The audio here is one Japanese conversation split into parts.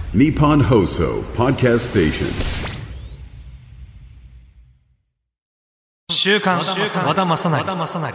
Nippon Hoso Podcast Station。 週刊和田正成。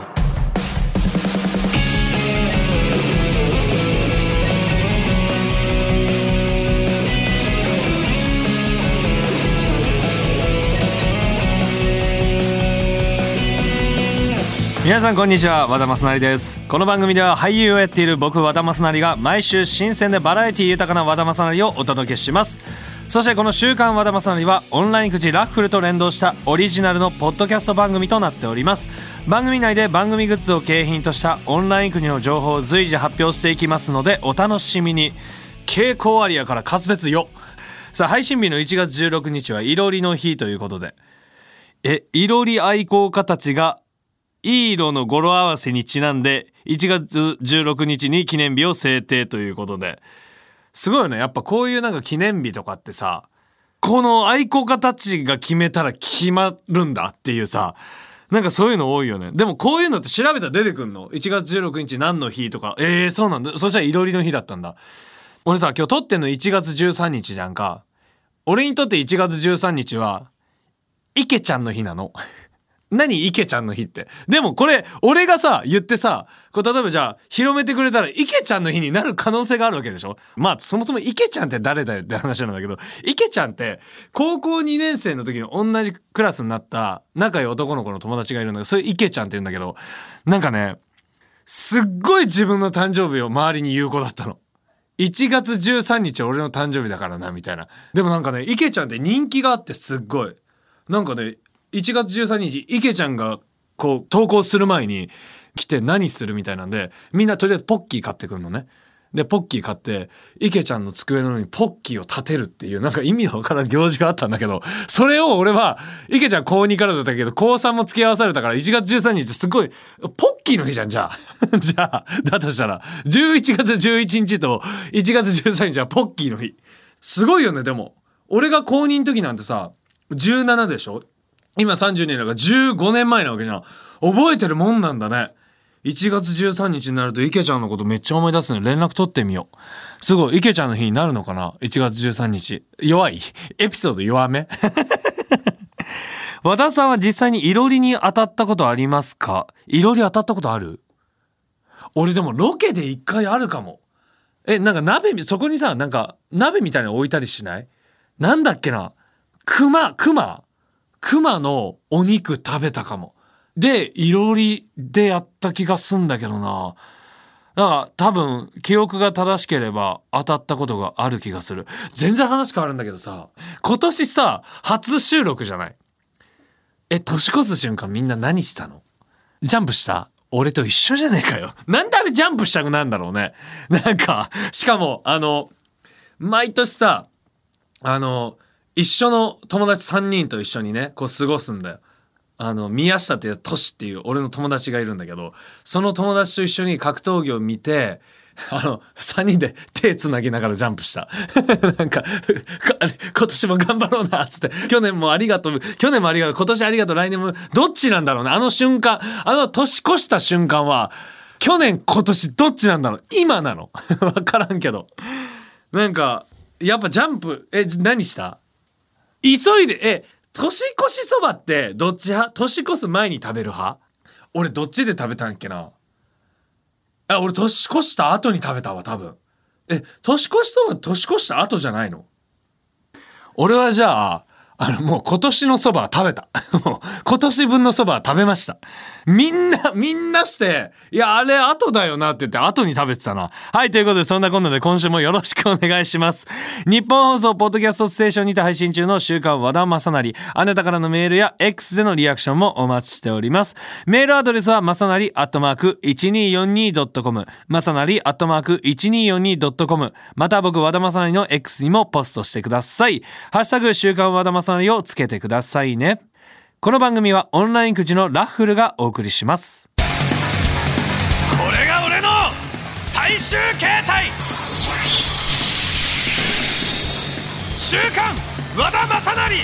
皆さんこんにちは、和田正成です。この番組では俳優をやっている僕和田正成が毎週新鮮でバラエティ豊かな和田正成をお届けします。そしてこの週刊和田正成はオンラインくじラッフルと連動したオリジナルのポッドキャスト番組となっております。番組内で番組グッズを景品としたオンラインくじの情報を随時発表していきますのでお楽しみに。傾向ありやから滑舌よ。さあ、配信日の1月16日はいろりの日ということで、いろり愛好家たちがいい色の語呂合わせにちなんで1月16日に記念日を制定ということで、すごいよね。やっぱこういうなんか記念日とかってさ、この愛好家たちが決めたら決まるんだっていうさ、なんかそういうの多いよね。でもこういうのって調べたら出てくんの。1月16日何の日とか。そうなんだ。そしたらいろりの日だったんだ。俺さ、今日撮ってんの1月13日じゃんか。俺にとって1月13日は池ちゃんの日なの。何池ちゃんの日って。でもこれ俺がさ言ってさ、こう例えばじゃあ広めてくれたら池ちゃんの日になる可能性があるわけでしょ。まあそもそも池ちゃんって誰だよって話なんだけど、池ちゃんって高校2年生の時に同じクラスになった仲良い男の子の友達がいるんだけど、それ池ちゃんって言うんだけど、なんかね、すっごい自分の誕生日を周りに言う子だったの。1月13日俺の誕生日だからなみたいな。でもなんかね、池ちゃんって人気があって、すっごいなんかね、1月13日池ちゃんがこう投稿する前に来て何するみたいなんで、みんなとりあえずポッキー買ってくるのね。でポッキー買って池ちゃんの机の上にポッキーを立てるっていう、なんか意味のわからん行事があったんだけど、それを俺は池ちゃん高2からだったけど高3も付き合わされたから1月13日ってすごいポッキーの日じゃん。じゃあじゃあだとしたら11月11日と1月13日はポッキーの日。すごいよね。でも俺が高2の時なんてさ17でしょ。今30年だから15年前なわけじゃん。覚えてるもんなんだね。1月13日になると池ちゃんのことめっちゃ思い出すので連絡取ってみよう。すごい、池ちゃんの日になるのかな。1月13日。弱いエピソード弱め和田さんは実際にいろりに当たったことありますか？いろり当たったことある？俺でもロケで1回あるかも。なんか鍋、そこにさ、なんか鍋みたいなの置いたりしない？なんだっけな、熊のお肉食べたかも。でいろりでやった気がすんだけどな。だから多分記憶が正しければ当たったことがある気がする。全然話変わるんだけどさ、今年さ初収録じゃない？年越す瞬間みんな何したの？ジャンプした？俺と一緒じゃねえかよ。なんであれジャンプしたくなんだろうね。なんかしかも毎年さ一緒の友達3人と一緒にねこう過ごすんだよ。宮下っていうトシっていう俺の友達がいるんだけど、その友達と一緒に格闘技を見て3人で手つなぎながらジャンプしたなんか今年も頑張ろうなっつって、去年もありがとう、今年ありがとう、来年もどっちなんだろうね。あの瞬間、年越した瞬間は去年今年どっちなんだろう、今なのわからんけど、なんかやっぱジャンプ何した？急いで年越しそばってどっち派？年越す前に食べる派？俺どっちで食べたんっけな。俺年越した後に食べたわ多分。年越しそば年越した後じゃないの？俺はじゃあもう今年のそばは食べたもう今年分のそばは食べました。みんなして、いやあれ後だよなって言って後に食べてたな。はい、ということでそんなこんなで今週もよろしくお願いします。日本放送ポッドキャストステーションにて配信中の週刊和田正成。あなたからのメールや X でのリアクションもお待ちしております。メールアドレスはまさなり@1242.com、まさなり@1242.com、また僕和田正成の X にもポストしてください。ハッシュタグ週刊和田正成をつけてくださいね。この番組はオンラインくじのラッフルがお送りします。これが俺の最終形態、週刊和田正成。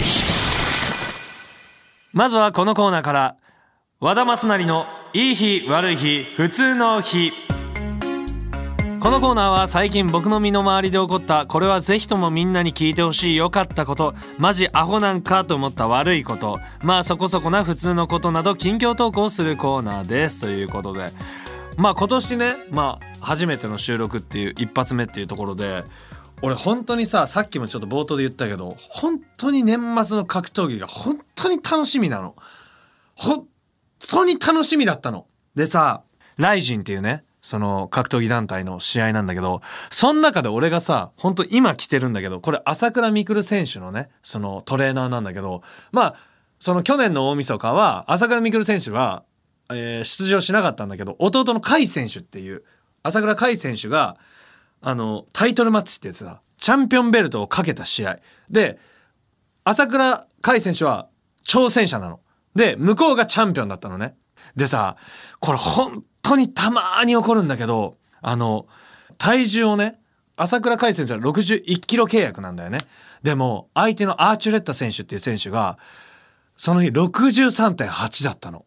まずはこのコーナーから、和田正成のいい日悪い日普通の日。ここのコーナーは最近僕の身の回りで起こったこれはぜひともみんなに聞いてほしい良かったことマジアホなんかと思った悪いことまあそこそこな普通のことなど近況投稿をするコーナーですということでまあ今年ね初めての収録っていう一発目っていうところで俺本当にさっきもちょっと冒頭で言ったけど本当に年末の格闘技が本当に楽しみなの本当に楽しみだったのでさライジンっていうねその格闘技団体の試合なんだけどその中で俺がさ本当今着てるんだけどこれ朝倉未来選手のねそのトレーナーなんだけどその去年の大晦日は朝倉未来選手は、出場しなかったんだけど弟の甲斐選手っていう朝倉海選手がタイトルマッチってやつだチャンピオンベルトをかけた試合で朝倉海選手は挑戦者なので向こうがチャンピオンだったのねでさこれ本当にたまーに起こるんだけど体重をね朝倉海選手は61キロ契約なんだよねでも相手のアーチュレッタ選手っていう選手がその日 63.8 だったの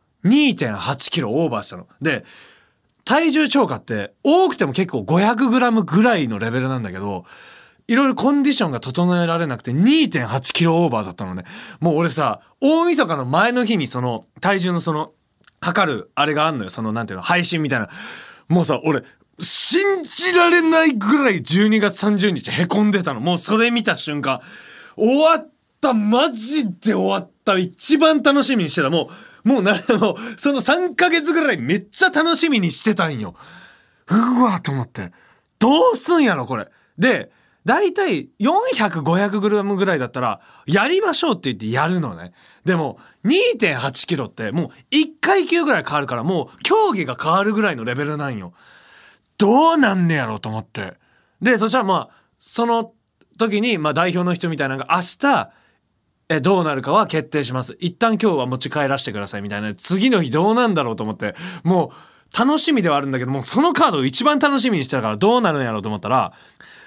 2.8 キロオーバーしたので体重超過って多くても結構500グラムぐらいのレベルなんだけどいろいろコンディションが整えられなくて 2.8 キロオーバーだったのねもう俺さ大晦日の前の日にその体重のその測るあれがあんのよそのなんていうの配信みたいなもうさ俺信じられないぐらい12月30日へこんでたのもうそれ見た瞬間終わったマジで終わった一番楽しみにしてたもうその3ヶ月ぐらいめっちゃ楽しみにしてたんようわと思ってどうすんやろこれでだいたい400、500グラムぐらいだったらやりましょうって言ってやるのねでも 2.8 キロってもう1階級ぐらい変わるからもう競技が変わるぐらいのレベルなんよどうなんねやろと思ってでそしたらその時に代表の人みたいなのが明日どうなるかは決定します一旦今日は持ち帰らせてくださいみたいな次の日どうなんだろうと思ってもう楽しみではあるんだけどもそのカードを一番楽しみにしてたからどうなるんやろうと思ったら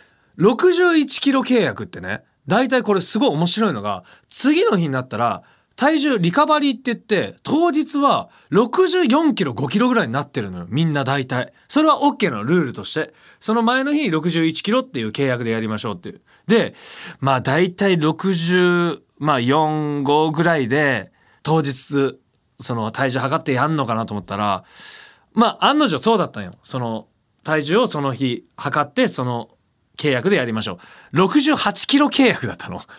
61キロ契約ってねだいたいこれすごい面白いのが次の日になったら体重リカバリーって言って当日は64キロ5キロぐらいになってるのよみんな大体それは OK のルールとしてその前の日に61キロっていう契約でやりましょうっていうで大体64、5ぐらいで当日その体重測ってやんのかなと思ったら案の定そうだったんよその体重をその日測ってその契約でやりましょう68キロ契約だったの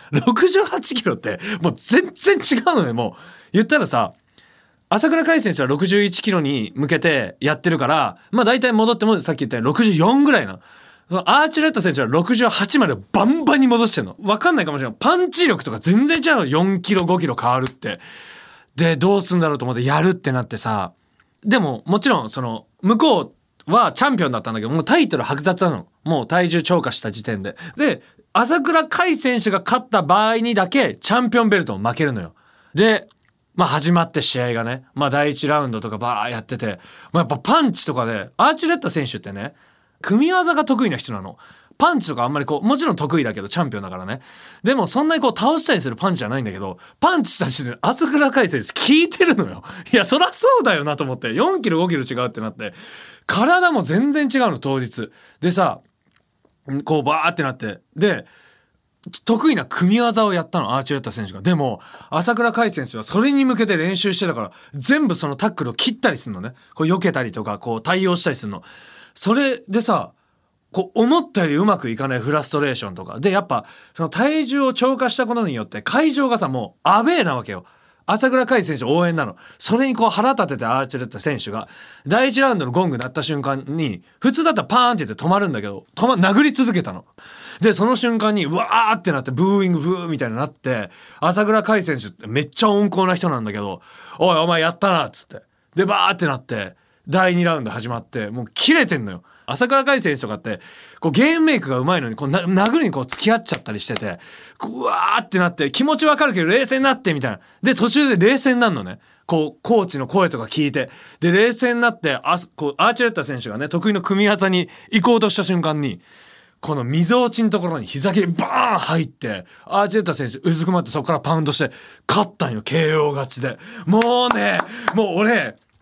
68キロってもう全然違うのねもう言ったらさ朝倉海選手は61キロに向けてやってるから大体戻ってもさっき言ったように64ぐらいなのアーチュレッタ選手は68までバンバンに戻してんの分かんないかもしれないパンチ力とか全然違うの4キロ5キロ変わるってでどうすんだろうと思ってやるってなってさでももちろんその向こうはチャンピオンだったんだけどもうタイトル剥奪なのもう体重超過した時点で朝倉海選手が勝った場合にだけチャンピオンベルトを負けるのよで始まって試合がね第1ラウンドとかバーやっててやっぱパンチとかでアーチュレッタ選手ってね組み技が得意な人なのパンチとかあんまりもちろん得意だけどチャンピオンだからねでもそんなに倒したりするパンチじゃないんだけどパンチした時点で朝倉海選手効いてるのよいやそりゃそうだよなと思って4キロ5キロ違うってなって体も全然違うの当日でさバーってなってで得意な組み技をやったのアーチュレッタ選手がでも朝倉海選手はそれに向けて練習してたから全部そのタックルを切ったりするのね避けたりとか対応したりするのそれでさ思ったよりうまくいかないフラストレーションとかでやっぱその体重を超過したことによって会場がさもうアウェーなわけよ朝倉海選手応援なのそれに腹立ててアーチュレッタ選手が第1ラウンドのゴング鳴った瞬間に普通だったらパーンって言って止まるんだけど殴り続けたのでその瞬間にうわーってなってブーイングブーみたいになって朝倉海選手ってめっちゃ温厚な人なんだけどおいお前やったなっつってでバーってなって第2ラウンド始まってもう切れてんのよ朝倉海選手とかってゲームメイクがうまいのに殴りに付き合っちゃったりしててうわーってなって気持ちわかるけど冷静になってみたいなで途中で冷静になるのねコーチの声とか聞いてで冷静になってアーチュレッタ選手がね得意の組み技に行こうとした瞬間にこの溝落ちのところに膝蹴りバーン入ってアーチュレッタ選手うずくまってそこからパウンドして勝ったんよ KO 勝ちでもう俺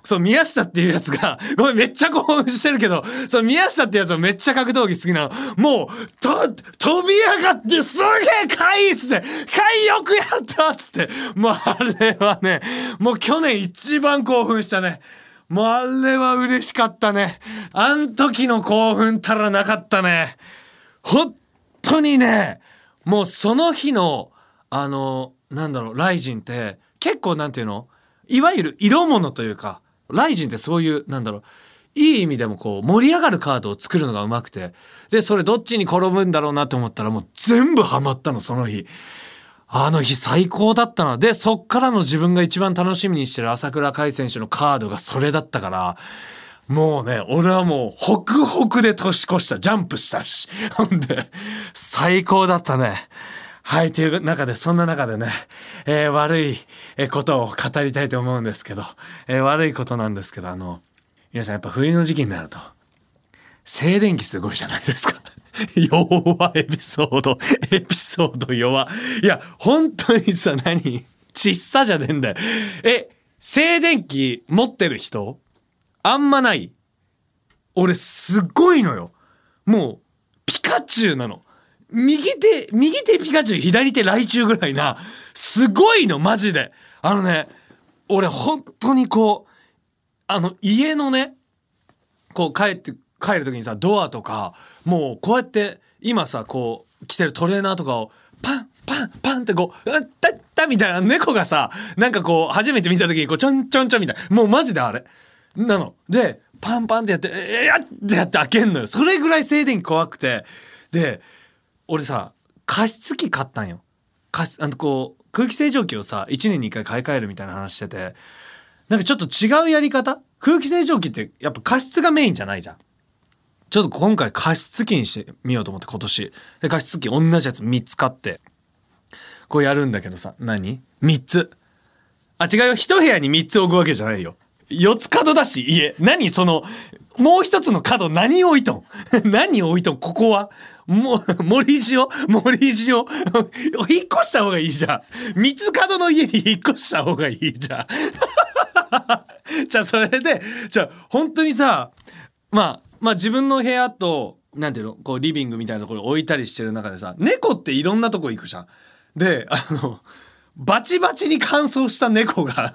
そう宮下っていうやつがごめんめっちゃ興奮してるけど、そう宮下ってやつはめっちゃ格闘技好きなの。もう飛び上がってすげえかいっつってよくやったっつって、もうあれはねもう去年一番興奮したね。もうあれは嬉しかったね。あん時の興奮たらなかったね。本当にね、もうその日のなんだろう、ライジンって結構なんていうの、いわゆる色物というか、ライジンってそういうなんだろう、いい意味でもこう盛り上がるカードを作るのがうまくて、でそれどっちに転ぶんだろうなと思ったらもう全部ハマったの。その日あの日最高だったな。でそっからの自分が一番楽しみにしてる朝倉海選手のカードがそれだったから、もうね俺はもうホクホクで年越した。ジャンプしたし、ほんで最高だったね。はい、という中で、そんな中でね、悪いことを語りたいと思うんですけど、悪いことなんですけど、皆さんやっぱ冬の時期になると、静電気すごいじゃないですか。弱エピソード弱。いや、本当にさ、ちっさじゃねえんだよ。静電気持ってる人あんまない？俺すごいのよ。もう、ピカチュウなの。右手ピカチュウ、左手ライチュウぐらいな、すごいのマジで。俺本当にこう家のね、こう帰る時にさ、ドアとかもうこうやって今さこう着てるトレーナーとかをパンパンパンってこうタッタみたいな、猫がさなんかこう初めて見た時にこうちょんちょんちょんみたいな、もうマジであれなので、パンパンってやってやって開けんのよ。それぐらい静電気怖くて。で俺さ加湿器買ったんよ。こう空気清浄機をさ1年に1回買い替えるみたいな話してて、なんかちょっと違うやり方。空気清浄機ってやっぱ加湿がメインじゃないじゃん。ちょっと今回加湿器にしてみようと思って、今年で加湿器同じやつ3つ買ってこうやるんだけどさ、3つ違うよ、1部屋に3つ置くわけじゃないよ。4つ角だし家。そのもう一つの角何置いとん何置いとんここはもう森塩引っ越した方がいいじゃん。三つ角の家に引っ越した方がいいじゃん。じゃあそれで本当にさ、まあ自分の部屋となんていうの、こうリビングみたいなところ置いたりしてる中でさ、猫っていろんなとこ行くじゃん。でバチバチに乾燥した猫が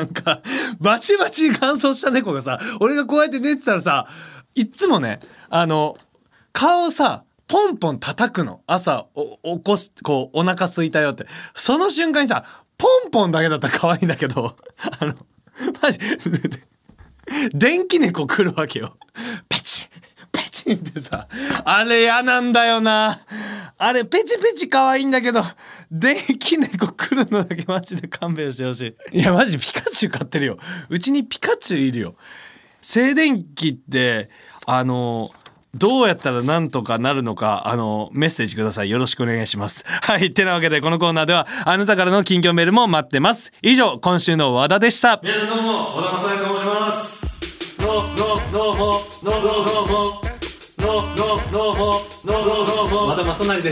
さ、俺がこうやって寝てたらさ、いつもね顔をさポンポン叩くの。朝起こしこうお腹空いたよって、その瞬間にさポンポンだけだったら可愛いんだけどマジ電気猫来るわけよ。ペチペチってさ、あれ嫌なんだよな。あれペチペチ可愛いんだけど、電気猫来るのだけマジで勘弁してほしい。いやマジピカチュウ飼ってるよ。うちにピカチュウいるよ。静電気ってどうやったらなんとかなるのかメッセージください。よろしくお願いします。はい、てなわけでこのコーナーではあなたからの近況メールも待ってます。以上、今週の和田でした。皆さんどうも、和田正也と申します。どうも和田正成です。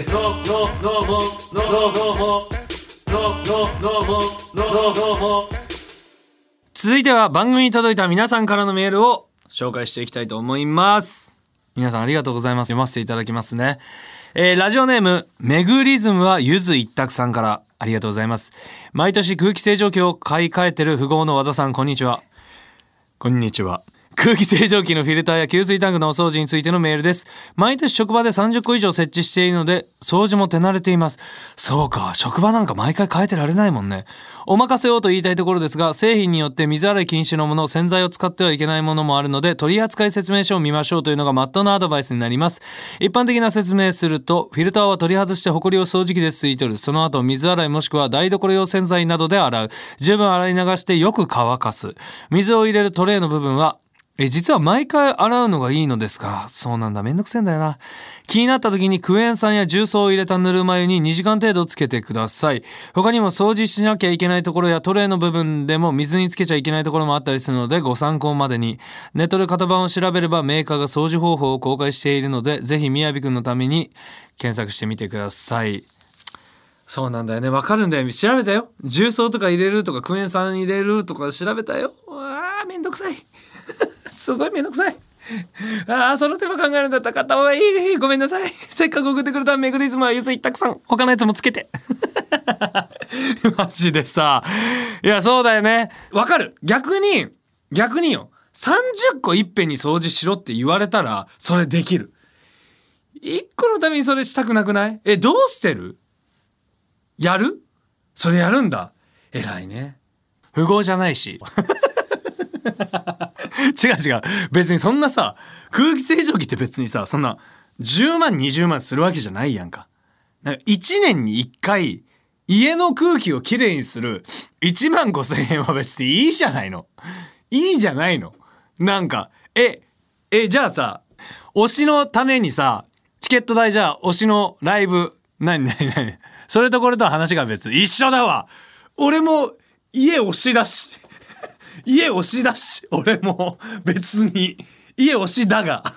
続いては番組に届いた皆さんからのメールを紹介していきたいと思います。皆さんありがとうございます。読ませていただきますね。ラジオネームメグリズムはゆず一択さんからありがとうございます。毎年空気清浄機を買い替えてる富豪の和田さん、こんにちは。こんにちは。空気清浄機のフィルターや給水タンクのお掃除についてのメールです。毎年職場で30個以上設置しているので掃除も手慣れています。そうか、職場なんか毎回変えてられないもんね。お任せをと言いたいところですが、製品によって水洗い禁止のもの、洗剤を使ってはいけないものもあるので取扱説明書を見ましょうというのがマットなアドバイスになります。一般的な説明すると、フィルターは取り外してホコリを掃除機で吸い取る。その後水洗いもしくは台所用洗剤などで洗う。十分洗い流してよく乾かす。水を入れるトレイの部分は実は毎回洗うのがいいのですが、そうなんだ、めんどくせえんだよな。気になった時にクエン酸や重曹を入れたぬるま湯に2時間程度つけてください。他にも掃除しなきゃいけないところやトレイの部分でも水につけちゃいけないところもあったりするのでご参考までに。ネットで型番を調べればメーカーが掃除方法を公開しているので、ぜひみやびくんのために検索してみてください。そうなんだよね、わかるんだよ。調べたよ。重曹とか入れるとかクエン酸入れるとか調べたよ。めんどくくさいすごいめんどくさいその手間考えるんだったら買った方がいい。ごめんなさい。せっかく送ってくれたメグリズムはゆず一択さん、他のやつもつけてマジでさ、いやそうだよね、わかる。逆によ、30個いっぺんに掃除しろって言われたらそれできる。1個のためにそれしたくなくない？どうしてる？やる？それやるんだ。偉いね。富豪じゃないし違う別にそんなさ、空気清浄機って別にさ、そんな10万20万するわけじゃないやんか。なんか1年に1回家の空気をきれいにする1万5,000円は別にいいじゃないの。いいじゃないの。なんかじゃあさ、推しのためにさ、チケット代、じゃあ推しのライブ何それとこれとは話が別。一緒だわ。俺も家推しだし家推しだし、俺も別に家推しだが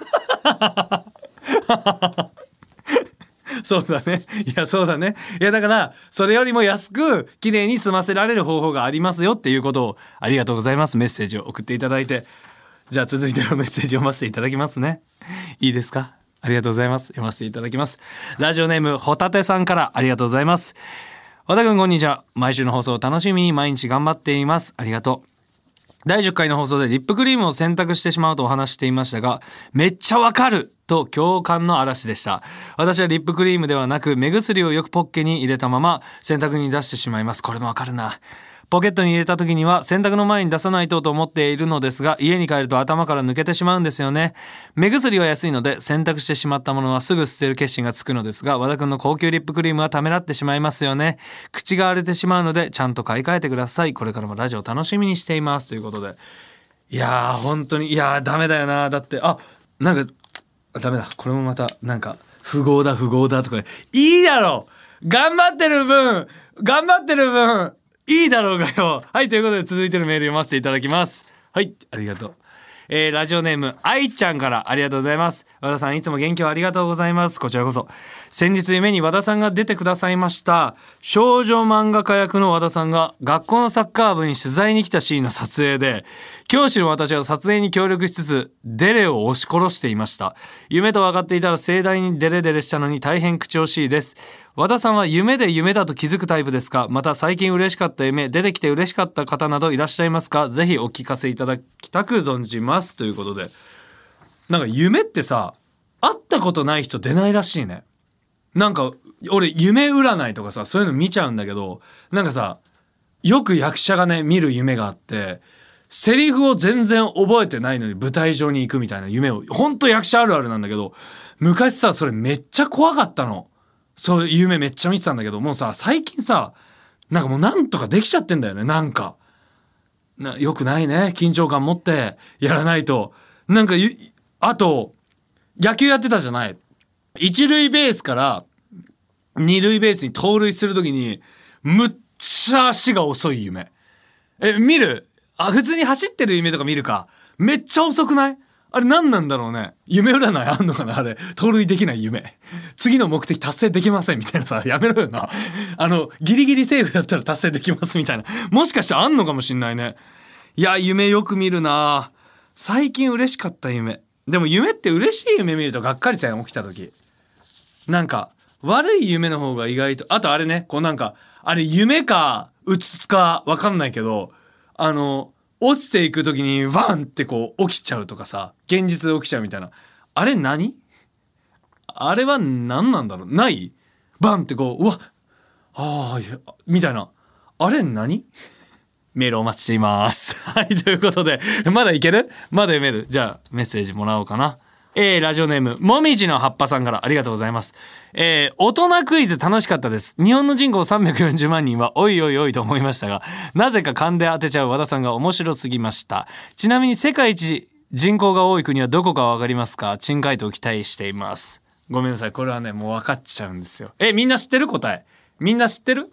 そうだね。いやそうだね。いやだからそれよりも安く綺麗に済ませられる方法がありますよっていうことを、ありがとうございます。メッセージを送っていただいて。じゃあ続いてのメッセージ読ませていただきますね。いいですか？ありがとうございます。読ませていただきます。ラジオネームホタテさんからありがとうございます。和田くんこんにちは。毎週の放送を楽しみに毎日頑張っています。ありがとう。第10回の放送でリップクリームを選択してしまうとお話していましたが、めっちゃわかると共感の嵐でした。私はリップクリームではなく目薬をよくポッケに入れたまま洗濯に出してしまいます。これもわかるな。ポケットに入れた時には洗濯の前に出さないと思っているのですが、家に帰ると頭から抜けてしまうんですよね。目薬は安いので洗濯してしまったものはすぐ捨てる決心がつくのですが、和田くんの高級リップクリームはためらってしまいますよね。口が荒れてしまうのでちゃんと買い替えてください。これからもラジオ楽しみにしていますということで。いやー本当に、いやーダメだよな。だってなんかダメだ。これもまたなんか富豪だとかいいだろう。頑張ってる分いいだろうがよ。はい、ということで続いてのメール読ませていただきます。はい、ありがとう。ラジオネーム愛ちゃんからありがとうございます。和田さんいつも元気をありがとうございます。こちらこそ。先日夢に和田さんが出てくださいました。少女漫画家役の和田さんが学校のサッカー部に取材に来たシーンの撮影で、教師の私は撮影に協力しつつデレを押し殺していました。夢と分かっていたら盛大にデレデレしたのに大変口惜しいです。和田さんは夢で夢だと気づくタイプですか？また最近嬉しかった夢、出てきて嬉しかった方などいらっしゃいますか？ぜひお聞かせいただきたく存じますということで。なんか夢ってさ、会ったことない人出ないらしいね。なんか俺夢占いとかさ、そういうの見ちゃうんだけど、なんかさ、よく役者がね見る夢があって、セリフを全然覚えてないのに舞台上に行くみたいな夢を、ほんと役者あるあるなんだけど、昔さそれめっちゃ怖かったの。そういう夢めっちゃ見てたんだけど、もうさ最近さ、なんかもうなんとかできちゃってんだよね。なんかよくないね。緊張感持ってやらないと。なんかあと野球やってたじゃない。一塁ベースから二塁ベースに盗塁するときにむっちゃ足が遅い夢。見る？普通に走ってる夢とか見るか。めっちゃ遅くない？あれ何なんだろうね。夢占いあんのかなあれ。盗塁できない夢。次の目的達成できませんみたいなさ、やめろよな。ギリギリセーフだったら達成できますみたいな。もしかしてあんのかもしんないね。いや、夢よく見るな。最近嬉しかった夢。でも夢って嬉しい夢見るとがっかりさえ起きた時。なんか、悪い夢の方が意外と、あとあれね、こうなんか、あれ夢か、うつつかわかんないけど、落ちていく時にワンってこう起きちゃうとかさ、現実で起きちゃうみたいな。あれ何？あれは何なんだろう？ない？バンってこう、うわ、みたいな。あれ何？メールお待ちしています。はい、ということで、まだいける？まだ読める？じゃあメッセージもらおうかな。ラジオネームもみじの葉っぱさんからありがとうございます。大人クイズ楽しかったです。日本の人口340万人はおいおいおいと思いましたが、なぜか勘で当てちゃう和田さんが面白すぎました。ちなみに世界一人口が多い国はどこかわかりますか？珍回答を期待しています。ごめんなさい、これはねもう分かっちゃうんですよ。みんな知ってる？答えみんな知ってる？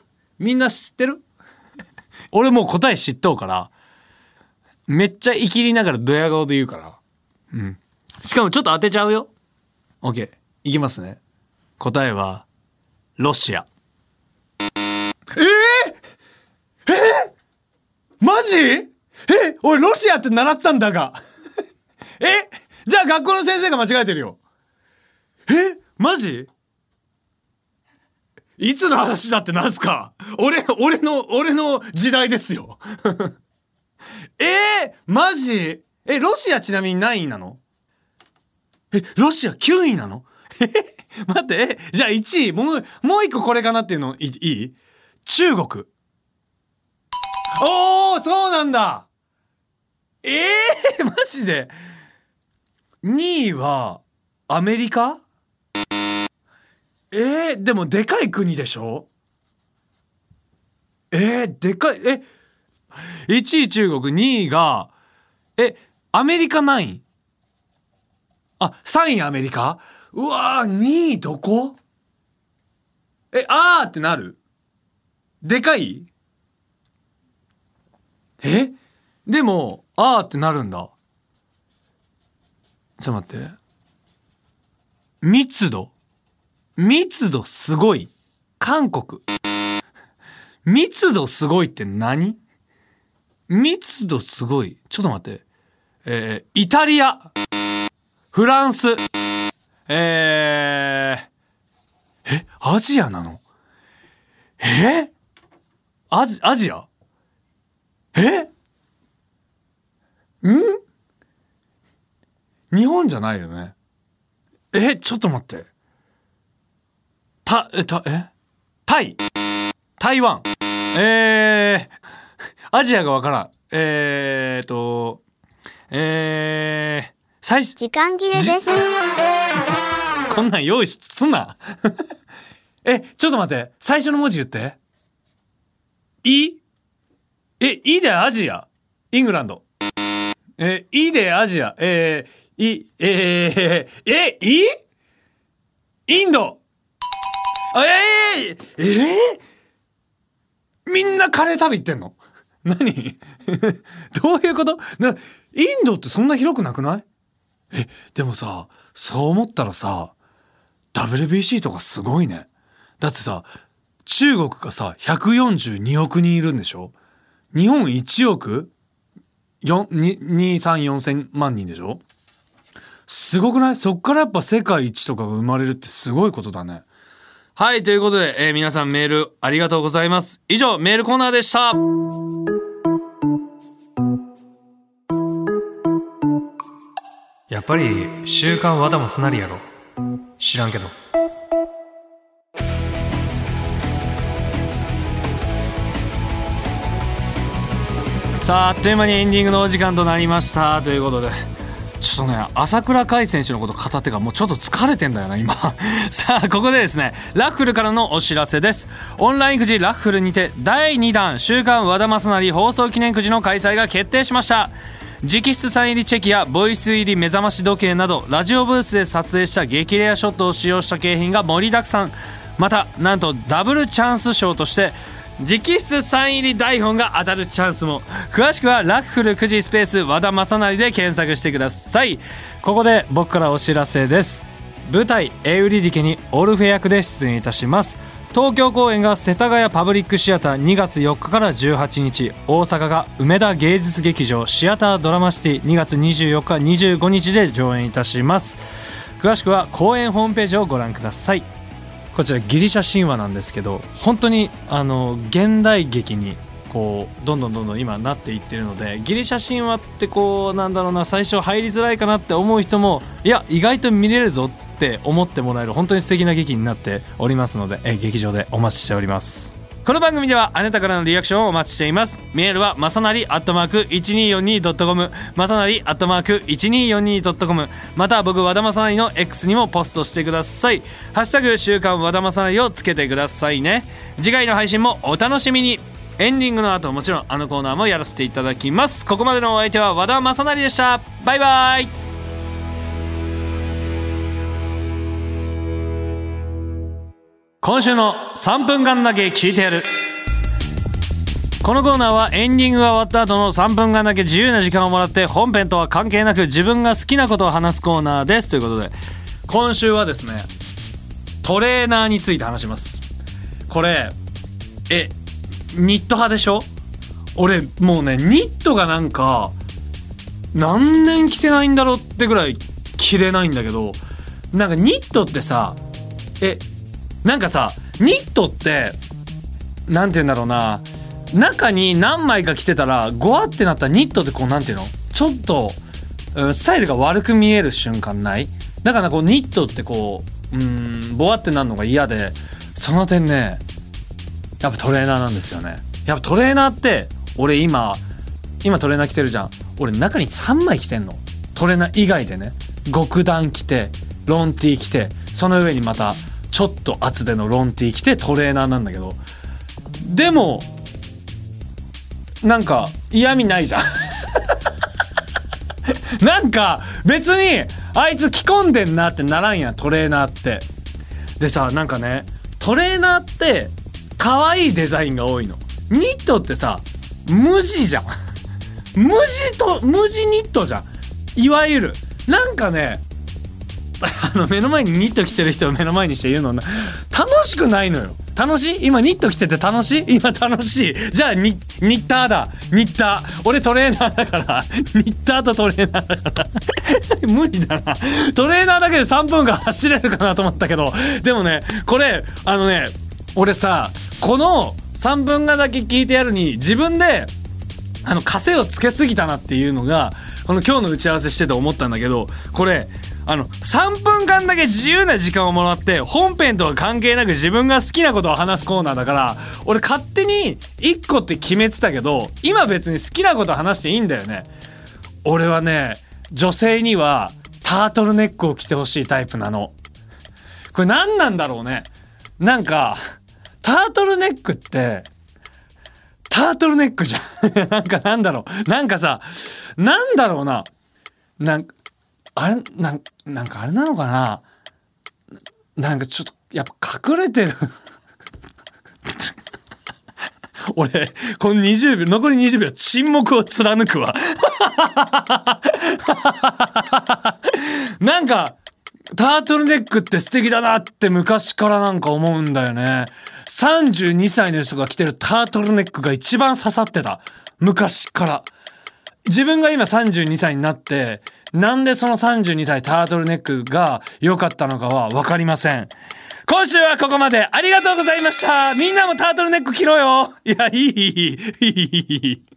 俺もう答え知っとうから、めっちゃイキりながらドヤ顔で言うから、しかもちょっと当てちゃうよ。 OK いきますね。答えはロシア。マジ？ 俺ロシアって習ったんだがじゃあ学校の先生が間違えてるよ。マジ？いつの話だってなんすか？俺の時代ですよ。マジ？ロシアちなみに何位なの？ロシア9位なの？待って、じゃあ1位、もう一個これかなっていうのいい？中国。おー、そうなんだ。マジで。2位はアメリカ？でもでかい国でしょ？でかい、1位中国、2位が、アメリカ何位？3位アメリカ？うわー、2位どこ？ってなる？でかい？でも、ってなるんだ。ちょっと待って。密度すごい。韓国。密度すごいって何？密度すごい。ちょっと待って。イタリア。フランス。アジアなの？アジア？日本じゃないよね。ちょっと待って。台湾。アジアがわからん。 時間切れです。 こんなん用意すんな。ちょっと待って。最初の文字言って。いでアジア。イングランド。いでアジア。インド。みんなカレー食べ行ってんの？何？どういうこと？インドってそんな広くなくない？でもさ、そう思ったらさ、WBC とかすごいね。だってさ、中国がさ、142億人いるんでしょ？日本1億2,3,4,000万人でしょ？すごくない？そっからやっぱ世界一とかが生まれるってすごいことだね。はい、ということで、皆さんメールありがとうございます。以上、メールコーナーでした。やっぱり週刊和田マスナリやろ。知らんけど。さあ、あっという間にエンディングのお時間となりましたということで、ちょっとね、朝倉海選手のこと語ってからもうちょっと疲れてんだよな今。さあ、ここでですね、ラッフルからのお知らせです。オンラインくじラッフルにて第2弾週刊和田マスナリ放送記念くじの開催が決定しました。直筆サイン入りチェキやボイス入り目覚まし時計など、ラジオブースで撮影した激レアショットを使用した景品が盛りだくさん。また、なんとダブルチャンス賞として直筆サイン入り台本が当たるチャンスも。詳しくはラッフル9時スペース和田正成で検索してください。ここで僕からお知らせです。舞台エウリディケにオルフェ役で出演いたします。東京公演が世田谷パブリックシアター2月4日から18日、大阪が梅田芸術劇場シアタードラマシティ2月24日25日で上演いたします。詳しくは公演ホームページをご覧ください。こちらギリシャ神話なんですけど、本当に現代劇にこうどんどん今なっていってるので、ギリシャ神話ってこうなんだろうな、最初入りづらいかなって思う人も、いや意外と見れるぞって思ってもらえる本当に素敵な劇になっておりますので、劇場でお待ちしております。この番組ではあなたからのリアクションをお待ちしています。メールはまさなり@1242.com、まさなり@1242.com、また僕和田まさなりの X にもポストしてください。ハッシュタグ週刊和田まさなりをつけてくださいね。次回の配信もお楽しみに。エンディングの後もちろんあのコーナーもやらせていただきます。ここまでのお相手は和田まさなりでした。バイバイ。今週の3分間だけ聞いてやる。このコーナーはエンディングが終わった後の3分間だけ自由な時間をもらって本編とは関係なく自分が好きなことを話すコーナーです。ということで今週はですね、トレーナーについて話します。これニット派でしょ？ 俺もうねニットがなんか何年着てないんだろうってぐらい着れないんだけど、なんかニットってさなんかさニットってなんて言うんだろうな、中に何枚か着てたらゴワってなったらニットってこうなんていうのちょっと、スタイルが悪く見える瞬間ない？だからこうニットってこうボワってなるのが嫌で、その点ねやっぱトレーナーなんですよね。やっぱトレーナーって俺今トレーナー着てるじゃん。俺中に3枚着てんの。トレーナー以外でね、極暖着てロンティー着て、その上にまたちょっと厚手のロンティー着てトレーナーなんだけど、でもなんか嫌味ないじゃんなんか別にあいつ着込んでんなってならんやん、トレーナーって。でさ、なんかねトレーナーって可愛いデザインが多いの。ニットってさ無地じゃん無地ニットじゃん、いわゆる。なんかね目の前にニット着てる人を目の前にして言うの楽しくないのよ。楽しい？今ニット着てて楽しい？今楽しい。じゃあニッターだ。ニッター。俺トレーナーだからニッターとトレーナーだから無理だな。トレーナーだけで3分間走れるかなと思ったけど、でもねこれ俺さこの3分間だけ聞いてやるに自分で枷をつけすぎたなっていうのがこの今日の打ち合わせしてて思ったんだけど、これ3分間だけ自由な時間をもらって本編とは関係なく自分が好きなことを話すコーナーだから、俺勝手に1個って決めてたけど今別に好きなこと話していいんだよね。俺はね女性にはタートルネックを着てほしいタイプなの。これ何なんだろうね。なんかタートルネックってタートルネックじゃんなんだろう、なんかさ、なんだろうな、なんかあれなのかな、なんかちょっとやっぱ隠れてる俺この20秒残り20秒沈黙を貫くわなんかタートルネックって素敵だなって昔からなんか思うんだよね。32歳の人が着てるタートルネックが一番刺さってた、昔から。自分が今32歳になってなんでその32歳タートルネックが良かったのかは分かりません。今週はここまで。ありがとうございました。みんなもタートルネック着ろよ。いやいい